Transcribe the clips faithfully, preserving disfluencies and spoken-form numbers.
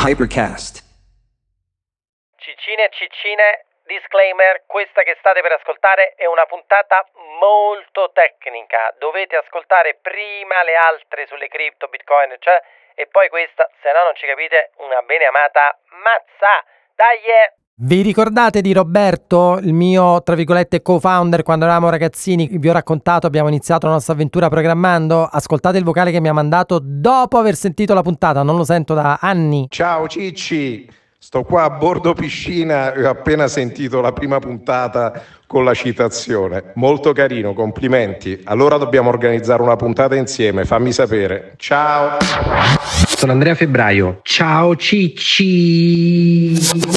Hypercast. Ciccine e ciccine, disclaimer, questa che state per ascoltare è una puntata molto tecnica. Dovete ascoltare prima le altre sulle cripto, bitcoin, cioè, e poi questa, se no non ci capite, una bene amata mazza. Dai! Vi ricordate di Roberto, il mio, tra virgolette, co-founder quando eravamo ragazzini? Vi ho raccontato, abbiamo iniziato la nostra avventura programmando. Ascoltate il vocale che mi ha mandato dopo aver sentito la puntata, non lo sento da anni. Ciao Cicci, sto qua a bordo piscina e ho appena sentito la prima puntata con la citazione. Molto carino, complimenti. Allora dobbiamo organizzare una puntata insieme, fammi sapere. Ciao! Sono Andrea Febbraio. Ciao Cicci!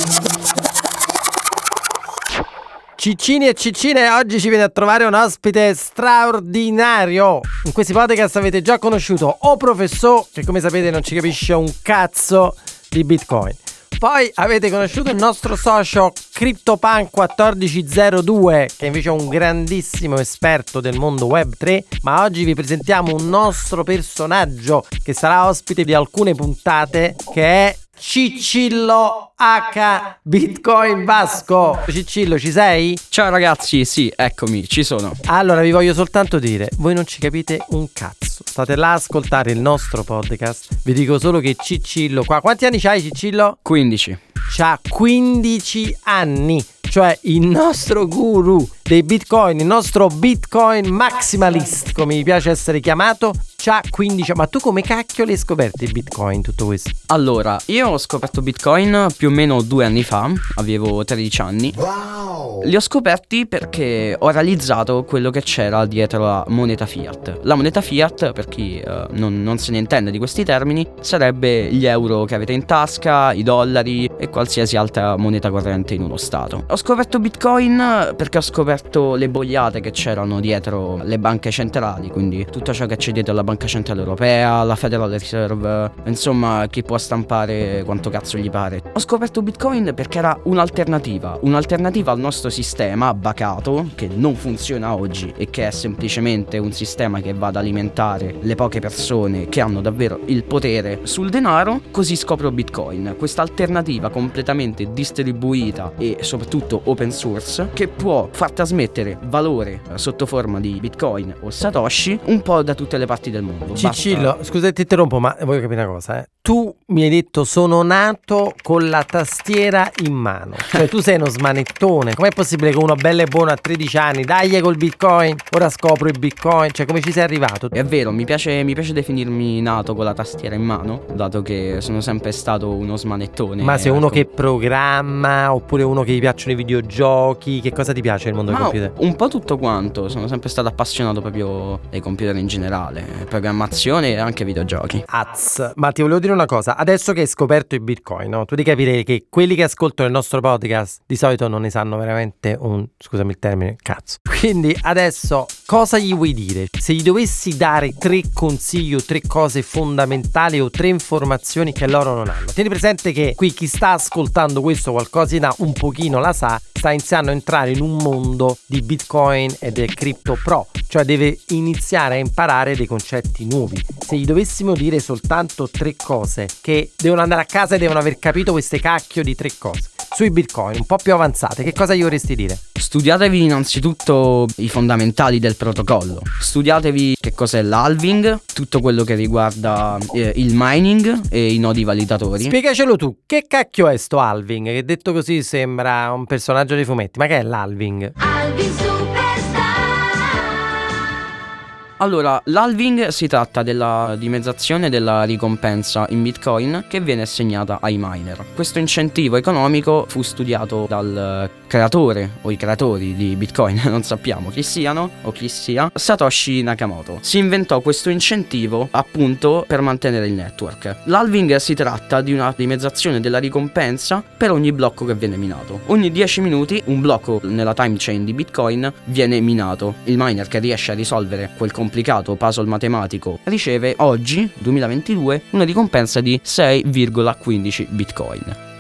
Ciccini e ciccine, oggi ci viene a trovare un ospite straordinario. In questi podcast avete già conosciuto O Professor, che come sapete non ci capisce un cazzo di Bitcoin. Poi avete conosciuto il nostro socio CryptoPunk quattordici zero due, che invece è un grandissimo esperto del mondo web tre. Ma oggi vi presentiamo un nostro personaggio che sarà ospite di alcune puntate, che è Ciccillo H Bitcoin Vasco. Ciccillo, ci sei? Ciao ragazzi, sì, eccomi, ci sono. Allora vi voglio soltanto dire, voi non ci capite un cazzo. State là a ascoltare il nostro podcast. Vi dico solo che Ciccillo qua, quanti anni c'hai Ciccillo? quindici. C'ha quindici anni. Cioè il nostro guru dei bitcoin, il nostro bitcoin maximalist, come mi piace essere chiamato, c'ha quindici. Ma tu come cacchio l'hai scoperto il bitcoin, tutto questo? Allora, io ho scoperto bitcoin più o meno due anni fa, avevo tredici anni. Wow! Li ho scoperti perché ho realizzato quello che c'era dietro la moneta fiat. La moneta fiat, per chi uh, non, non se ne intende di questi termini, sarebbe gli euro che avete in tasca, i dollari e qualsiasi altra moneta corrente in uno stato. Ho scoperto bitcoin perché ho scoperto le boiate che c'erano dietro le banche centrali, quindi tutto ciò che c'è dietro la Banca Centrale Europea, la Federal Reserve, insomma chi può stampare quanto cazzo gli pare. Ho scoperto bitcoin perché era un'alternativa, un'alternativa al nostro sistema bacato che non funziona oggi e che è semplicemente un sistema che va ad alimentare le poche persone che hanno davvero il potere sul denaro. Così scopro bitcoin, questa alternativa completamente distribuita e soprattutto open source che può far trasmettere valore sotto forma di bitcoin o satoshi un po' da tutte le parti del mondo. Ciccillo, Basta... scusa ti interrompo, ma voglio capire una cosa, eh. Tu mi hai detto sono nato con la tastiera in mano. Cioè tu sei uno smanettone. Com'è possibile che uno bello e buono a tredici anni, dai col bitcoin, ora scopro il bitcoin? Cioè come ci sei arrivato? È vero, mi piace, mi piace definirmi nato con la tastiera in mano, dato che sono sempre stato uno smanettone. Ma sei uno ecco. che programma oppure uno che gli piacciono i videogiochi? Che cosa ti piace nel mondo Ma del computer? Un po' tutto quanto, sono sempre stato appassionato proprio dei computer in generale, programmazione e anche videogiochi. Az, ma ti volevo dire una cosa, adesso che hai scoperto il bitcoin, no? Tu devi capire che quelli che ascoltano il nostro podcast di solito non ne sanno veramente un, scusami il termine, cazzo. Quindi adesso cosa gli vuoi dire? Se gli dovessi dare tre consigli o tre cose fondamentali o tre informazioni che loro non hanno. Tieni presente che qui chi sta ascoltando questo qualcosina un pochino la sa, sta iniziando a entrare in un mondo di bitcoin e del crypto pro, cioè deve iniziare a imparare dei concetti nuovi. Se gli dovessimo dire soltanto tre cose che devono andare a casa e devono aver capito queste cacchio di tre cose sui bitcoin un po' più avanzate, che cosa gli vorresti dire? Studiatevi innanzitutto i fondamentali del protocollo. Studiatevi che cos'è l'halving, tutto quello che riguarda eh, il mining e i nodi validatori. Spiegacelo tu, che cacchio è sto halving? Che detto così sembra un personaggio dei fumetti, ma che è l'halving? Alvin Superstar. Allora, l'halving si tratta della dimezzazione della ricompensa in bitcoin che viene assegnata ai miner. Questo incentivo economico fu studiato dal creatore o i creatori di bitcoin, non sappiamo chi siano o chi sia, Satoshi Nakamoto. Si inventò questo incentivo appunto per mantenere il network. L'halving si tratta di una dimezzazione della ricompensa per ogni blocco che viene minato. Ogni dieci minuti un blocco nella time chain di bitcoin viene minato. Il miner che riesce a risolvere quel complicato puzzle matematico riceve oggi, duemilaventidue, una ricompensa di sei virgola quindici bitcoin.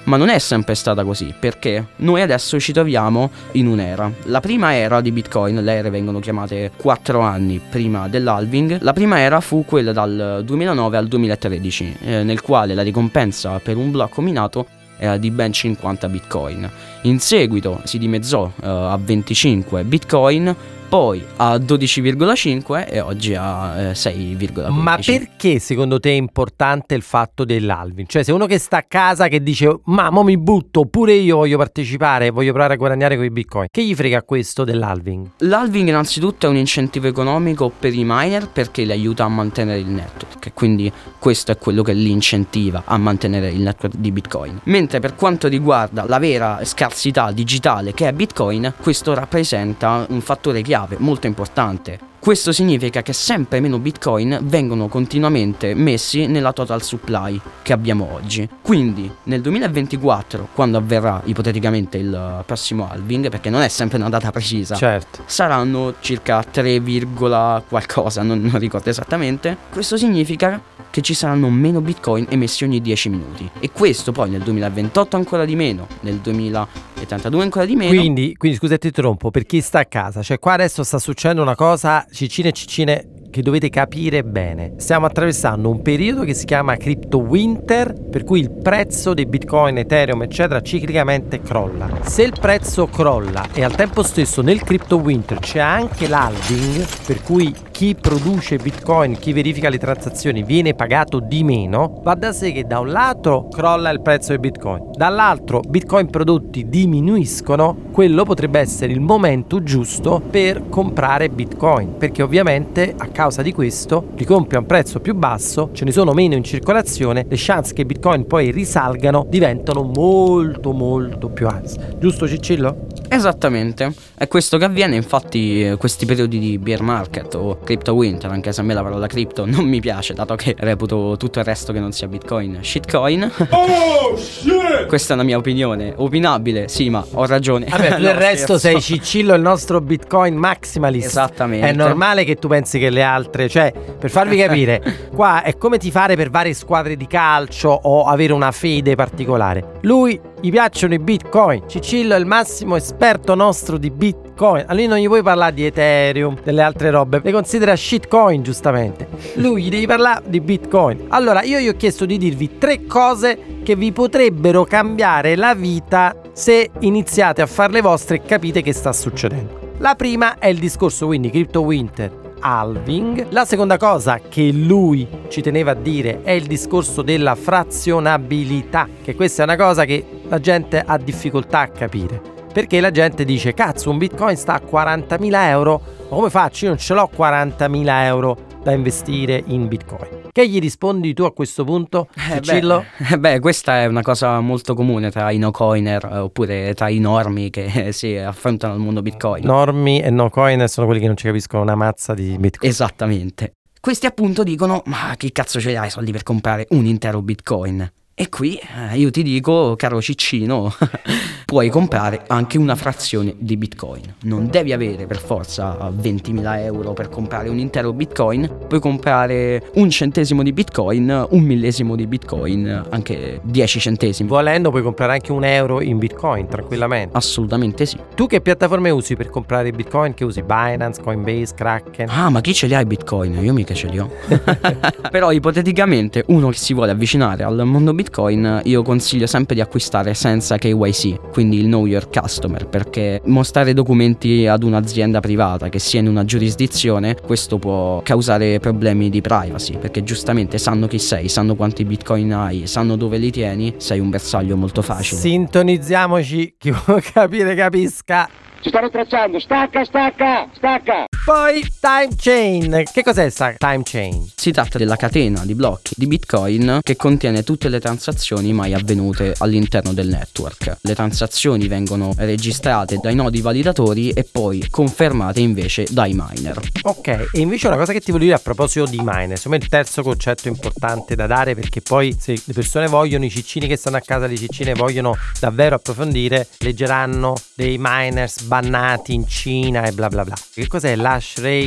Ma non è sempre stata così, perché noi adesso ci troviamo in un'era. La prima era di Bitcoin, le ere vengono chiamate quattro anni prima dell'halving. La prima era fu quella dal duemilanove al duemilatredici, eh, nel quale la ricompensa per un blocco minato era di ben cinquanta Bitcoin. In seguito si dimezzò eh, a venticinque Bitcoin, poi a dodici virgola cinque e oggi a eh, sei virgola quindici. Ma perché secondo te è importante il fatto dell'halving? Cioè, se uno che sta a casa che dice ma mo mi butto, pure io voglio partecipare, voglio provare a guadagnare con i Bitcoin, che gli frega questo dell'halving? L'halving innanzitutto è un incentivo economico per i miner perché li aiuta a mantenere il network, e quindi questo è quello che li incentiva a mantenere il network di Bitcoin. Mentre per quanto riguarda la vera scarsità digitale che è Bitcoin, questo rappresenta un fattore chiave molto importante. Questo significa che sempre meno Bitcoin vengono continuamente messi nella total supply che abbiamo oggi. Quindi nel duemilaventiquattro, quando avverrà ipoteticamente il prossimo halving, perché non è sempre una data precisa, Certo. saranno circa tre, qualcosa, non, non ricordo esattamente. Questo significa che ci saranno meno Bitcoin emessi ogni dieci minuti. E questo poi nel duemilaventotto ancora di meno, nel duemilatrentadue ancora di meno. Quindi, quindi scusa, ti interrompo, per chi sta a casa, cioè qua adesso sta succedendo una cosa, ciccine e ciccine, che dovete capire bene. Stiamo attraversando un periodo che si chiama Crypto Winter, per cui il prezzo dei Bitcoin, Ethereum, eccetera, ciclicamente crolla. Se il prezzo crolla e al tempo stesso nel Crypto Winter c'è anche l'halving, per cui chi produce Bitcoin, chi verifica le transazioni viene pagato di meno, va da sé che da un lato crolla il prezzo del Bitcoin, dall'altro Bitcoin prodotti diminuiscono, quello potrebbe essere il momento giusto per comprare Bitcoin, perché ovviamente a causa di questo li compri a un prezzo più basso, ce ne sono meno in circolazione, le chance che Bitcoin poi risalgano diventano molto molto più alte. Giusto, Ciccillo? Esattamente, è questo che avviene. Infatti eh, questi periodi di bear market o crypto winter, anche se a me la parola crypto non mi piace, dato che reputo tutto il resto che non sia Bitcoin shitcoin. Oh shit! Questa è una mia opinione, opinabile, sì, ma ho ragione. Vabbè, tu No, del resto scherzo. sei Ciccillo, il nostro Bitcoin maximalist. Esattamente. È normale che tu pensi che le altre, cioè, per farvi capire, qua è come tifare per varie squadre di calcio o avere una fede particolare. Lui gli piacciono i Bitcoin. Ciccillo è il massimo esperto nostro di Bitcoin. A lui non gli puoi parlare di Ethereum, delle altre robe, le considera shitcoin giustamente. Lui gli devi parlare di Bitcoin. Allora io gli ho chiesto di dirvi tre cose che vi potrebbero cambiare la vita se iniziate a fare le vostre e capite che sta succedendo. La prima è il discorso, quindi Crypto Winter, halving. La seconda cosa che lui ci teneva a dire è il discorso della frazionabilità, che questa è una cosa che la gente ha difficoltà a capire, perché la gente dice cazzo, un Bitcoin sta a quarantamila euro, ma come faccio? Io non ce l'ho quarantamila euro da investire in Bitcoin. Che gli rispondi tu a questo punto, Eh Ciccillo? beh, beh, questa è una cosa molto comune tra i no coiner eh, oppure tra i normi che eh, si affrontano al mondo Bitcoin. Normi e no coin sono quelli che non ci capiscono una mazza di Bitcoin. Esattamente. Questi appunto dicono: ma che cazzo ce li hai soldi per comprare un intero Bitcoin? E qui eh, io ti dico, caro Ciccino, puoi comprare anche una frazione di Bitcoin. Non devi avere per forza ventimila euro per comprare un intero Bitcoin. Puoi comprare un centesimo di Bitcoin, un millesimo di Bitcoin, anche dieci centesimi. Volendo puoi comprare anche un euro in Bitcoin tranquillamente. Assolutamente sì. Tu che piattaforme usi per comprare Bitcoin? Che usi? Binance, Coinbase, Kraken? Ah, ma chi ce li ha i Bitcoin? Io mica ce li ho. Però ipoteticamente uno che si vuole avvicinare al mondo Bitcoin, io consiglio sempre di acquistare senza K Y C, quindi il Know Your Customer, perché mostrare documenti ad un'azienda privata che sia in una giurisdizione, questo può causare problemi di privacy, perché giustamente sanno chi sei, sanno quanti Bitcoin hai, sanno dove li tieni, sei un bersaglio molto facile. Sintonizziamoci, chi vuole capire capisca. Ci stanno tracciando, stacca, stacca, stacca. Poi time chain. Che cos'è sta time chain? Si tratta della catena di blocchi di Bitcoin che contiene tutte le transazioni mai avvenute all'interno del network. Le transazioni vengono registrate dai nodi validatori e poi confermate invece dai miner. Ok, e invece una cosa che ti voglio dire a proposito di miner, secondo me il terzo concetto importante da dare, perché poi se le persone vogliono, i ciccini che stanno a casa, le ciccine vogliono davvero approfondire, leggeranno dei miners bannati in Cina e bla bla bla. Che cos'è l'hash rate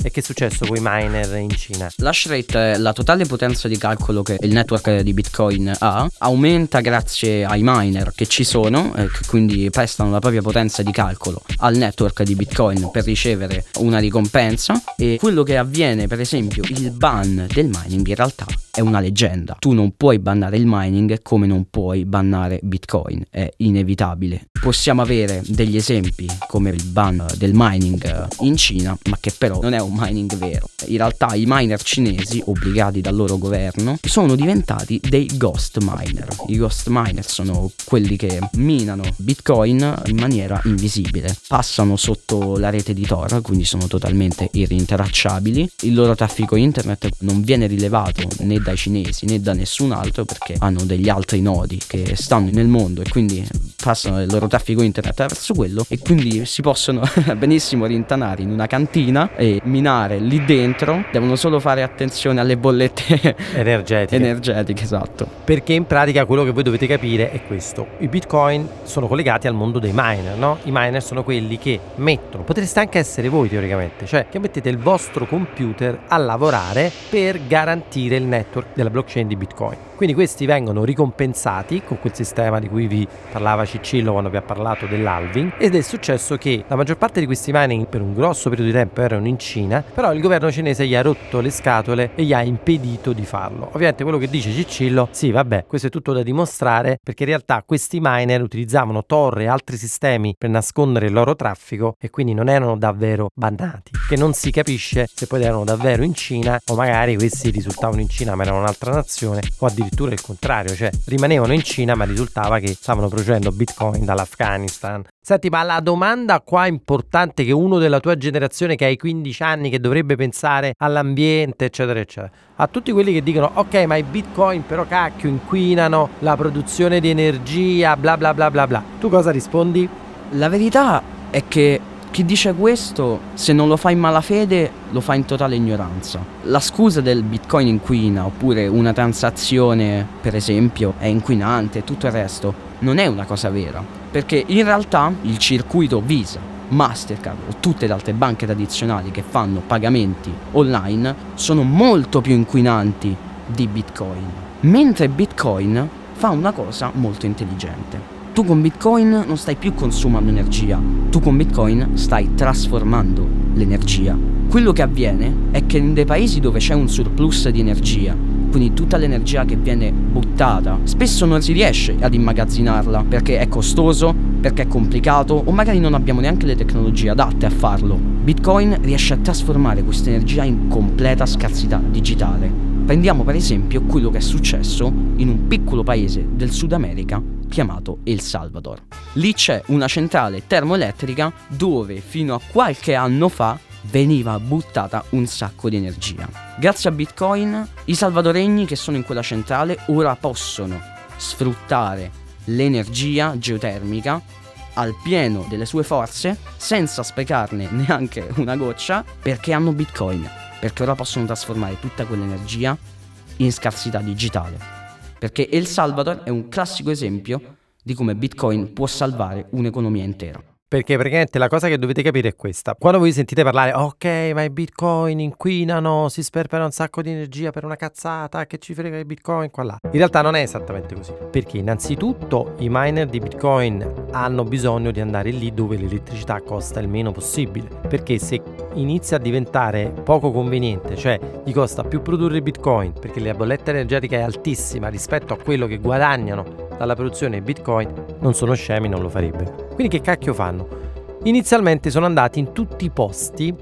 E che è successo con i miner in Cina? L'hash rate, la totale potenza di calcolo che il network di Bitcoin ha, aumenta grazie ai miner che ci sono e che quindi prestano la propria potenza di calcolo al network di Bitcoin per ricevere una ricompensa. E quello che avviene, per esempio, il ban del mining in realtà è una leggenda. Tu non puoi bannare il mining come non puoi bannare Bitcoin, è inevitabile. Possiamo avere degli esempi come il ban del mining in Cina, ma che però non è un mining vero. In realtà i miner cinesi, obbligati dal loro governo, sono diventati dei ghost miner. I ghost miner sono quelli che minano Bitcoin in maniera invisibile, passano sotto la rete di Tor, quindi sono totalmente irrintracciabili. Il loro traffico internet non viene rilevato né dai cinesi né da nessun altro, perché hanno degli altri nodi che stanno nel mondo e quindi passano il loro traffico internet attraverso quello, e quindi si possono benissimo rintanare in una cantina e minare lì dentro. Devono solo fare attenzione alle bollette energetiche. energetiche, esatto. Perché in pratica quello che voi dovete capire è questo: i bitcoin sono collegati al mondo dei miner, no? I miner sono quelli che mettono, potreste anche essere voi teoricamente, cioè che mettete il vostro computer a lavorare per garantire il network della blockchain di Bitcoin. Quindi questi vengono ricompensati con quel sistema di cui vi parlava Ciccillo quando vi ha parlato dell'halving, ed è successo che la maggior parte di questi mining per un grosso periodo di tempo erano in Cina, però il governo cinese gli ha rotto le scatole e gli ha impedito di farlo. Ovviamente quello che dice Ciccillo, sì vabbè, questo è tutto da dimostrare, perché in realtà questi miner utilizzavano Tor e altri sistemi per nascondere il loro traffico e quindi non erano davvero bannati, che non si capisce se poi erano davvero in Cina o magari questi risultavano in Cina ma erano un'altra nazione, o addirittura il contrario, cioè rimanevano in Cina ma risultava che stavano producendo Bitcoin dall'Afghanistan. Senti, ma la domanda qua importante, che uno della tua generazione che hai quindici anni, che dovrebbe pensare all'ambiente eccetera eccetera, a tutti quelli che dicono ok ma i Bitcoin però cacchio inquinano la produzione di energia bla bla bla bla bla, tu cosa rispondi? La verità è che chi dice questo, se non lo fa in malafede, lo fa in totale ignoranza. La scusa del Bitcoin inquina, oppure una transazione, per esempio, è inquinante e tutto il resto, non è una cosa vera. Perché in realtà il circuito Visa, Mastercard o tutte le altre banche tradizionali che fanno pagamenti online sono molto più inquinanti di Bitcoin. Mentre Bitcoin fa una cosa molto intelligente. Tu con Bitcoin non stai più consumando energia, tu con Bitcoin stai trasformando l'energia. Quello che avviene è che in dei paesi dove c'è un surplus di energia, quindi tutta l'energia che viene buttata, spesso non si riesce ad immagazzinarla perché è costoso, perché è complicato o magari non abbiamo neanche le tecnologie adatte a farlo. Bitcoin riesce a trasformare questa energia in completa scarsità digitale. Prendiamo per esempio quello che è successo in un piccolo paese del Sud America chiamato El Salvador. Lì c'è una centrale termoelettrica dove fino a qualche anno fa veniva buttata un sacco di energia. Grazie a Bitcoin i salvadoregni che sono in quella centrale ora possono sfruttare l'energia geotermica al pieno delle sue forze senza sprecarne neanche una goccia, perché hanno Bitcoin, perché ora possono trasformare tutta quell'energia in scarsità digitale. Perché El Salvador è un classico esempio di come Bitcoin può salvare un'economia intera. Perché praticamente la cosa che dovete capire è questa: quando voi sentite parlare ok ma i bitcoin inquinano, si sperpera un sacco di energia per una cazzata, che ci frega i bitcoin qua là, in realtà non è esattamente così. Perché innanzitutto i miner di bitcoin hanno bisogno di andare lì dove l'elettricità costa il meno possibile, perché se inizia a diventare poco conveniente, cioè gli costa più produrre bitcoin perché la bolletta energetica è altissima rispetto a quello che guadagnano dalla produzione di bitcoin, non sono scemi, non lo farebbero. Quindi che cacchio fanno? Inizialmente sono andati in tutti i posti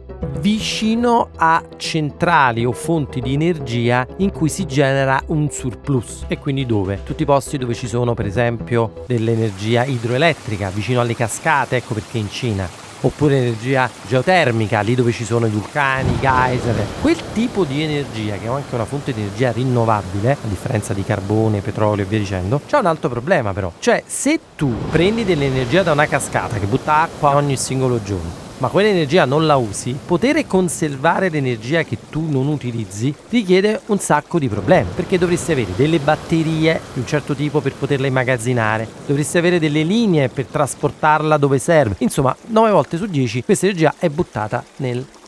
vicino a centrali o fonti di energia in cui si genera un surplus. E quindi dove? Tutti i posti dove ci sono per esempio dell'energia idroelettrica, vicino alle cascate, ecco perché in Cina. Oppure energia geotermica, lì dove ci sono i vulcani, i geyser. Quel tipo di energia, che è anche una fonte di energia rinnovabile, a differenza di carbone, petrolio e via dicendo, c'è un altro problema però. Cioè, se tu prendi dell'energia da una cascata che butta acqua ogni singolo giorno, ma quell'energia non la usi, poter conservare l'energia che tu non utilizzi richiede un sacco di problemi, perché dovresti avere delle batterie di un certo tipo per poterla immagazzinare, dovresti avere delle linee per trasportarla dove serve. Insomma, nove volte su dieci questa energia è buttata nel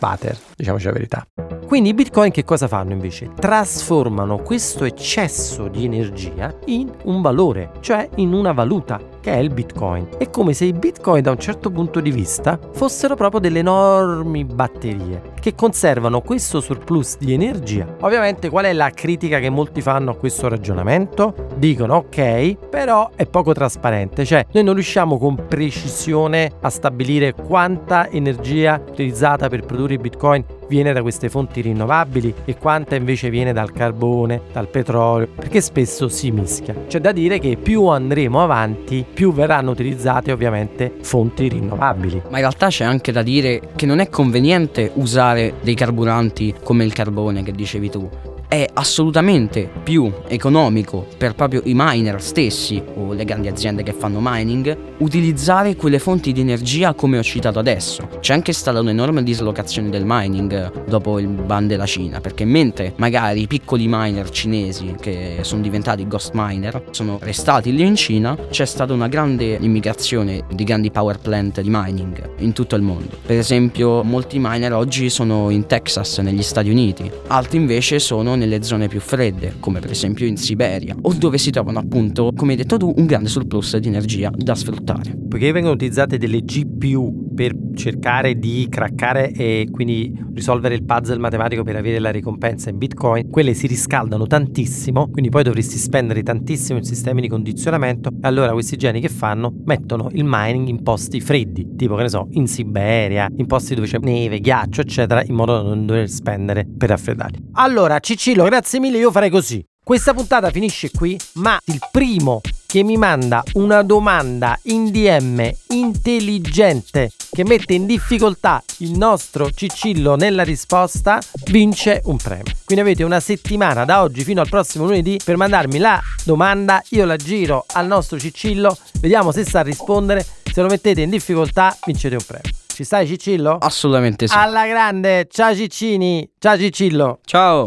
svater, diciamoci la verità. Quindi i bitcoin che cosa fanno invece? Trasformano questo eccesso di energia in un valore, cioè in una valuta, che è il bitcoin. È come se i bitcoin da un certo punto di vista fossero proprio delle enormi batterie che conservano questo surplus di energia. Ovviamente qual è la critica che molti fanno a questo ragionamento? Dicono ok, però è poco trasparente, cioè noi non riusciamo con precisione a stabilire quanta energia utilizzata per produrre i bitcoin viene da queste fonti rinnovabili e quanta invece viene dal carbone, dal petrolio, perché spesso si mischia. C'è da dire che più andremo avanti, più verranno utilizzate ovviamente fonti rinnovabili. Ma in realtà c'è anche da dire che non è conveniente usare dei carburanti come il carbone che dicevi tu. È assolutamente più economico per proprio i miner stessi o le grandi aziende che fanno mining utilizzare quelle fonti di energia come ho citato adesso. C'è anche stata un'enorme dislocazione del mining dopo il ban della Cina, perché mentre magari i piccoli miner cinesi che sono diventati ghost miner sono restati lì in Cina, c'è stata una grande immigrazione di grandi power plant di mining in tutto il mondo. Per esempio molti miner oggi sono in Texas negli Stati Uniti, altri invece sono nelle zone più fredde, come per esempio in Siberia, o dove si trovano appunto, come hai detto tu, un grande surplus di energia da sfruttare. Poiché vengono utilizzate delle G P U per cercare di craccare e quindi risolvere il puzzle matematico per avere la ricompensa in Bitcoin, quelle si riscaldano tantissimo, quindi poi dovresti spendere tantissimo in sistemi di condizionamento. Allora questi geni che fanno? Mettono il mining in posti freddi, tipo che ne so, in Siberia, in posti dove c'è neve, ghiaccio eccetera, in modo da non dover spendere per raffreddarli. Allora Cicillo, grazie mille, io farei così. Questa puntata finisce qui, ma il primo che mi manda una domanda in D M intelligente che mette in difficoltà il nostro Cicillo nella risposta vince un premio. Quindi avete una settimana da oggi fino al prossimo lunedì per mandarmi la domanda, io la giro al nostro Cicillo, vediamo se sa rispondere, se lo mettete in difficoltà vincete un premio. Ci stai Cicillo? Assolutamente sì. Alla grande, ciao Ciccini, ciao Cicillo. Ciao.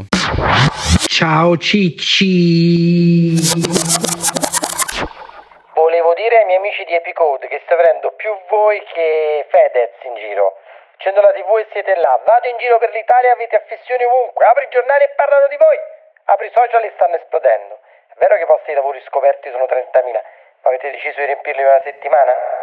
Ciao Cicci. Volevo dire ai miei amici di Epicode che sta avendo più voi che Fedez in giro. Accendo la tivù e siete là, vado in giro per l'Italia, avete affissioni ovunque, apri i giornali e parlano di voi. Apri i social e stanno esplodendo. È vero che i posti di lavoro scoperti sono trentamila, ma avete deciso di riempirli in una settimana?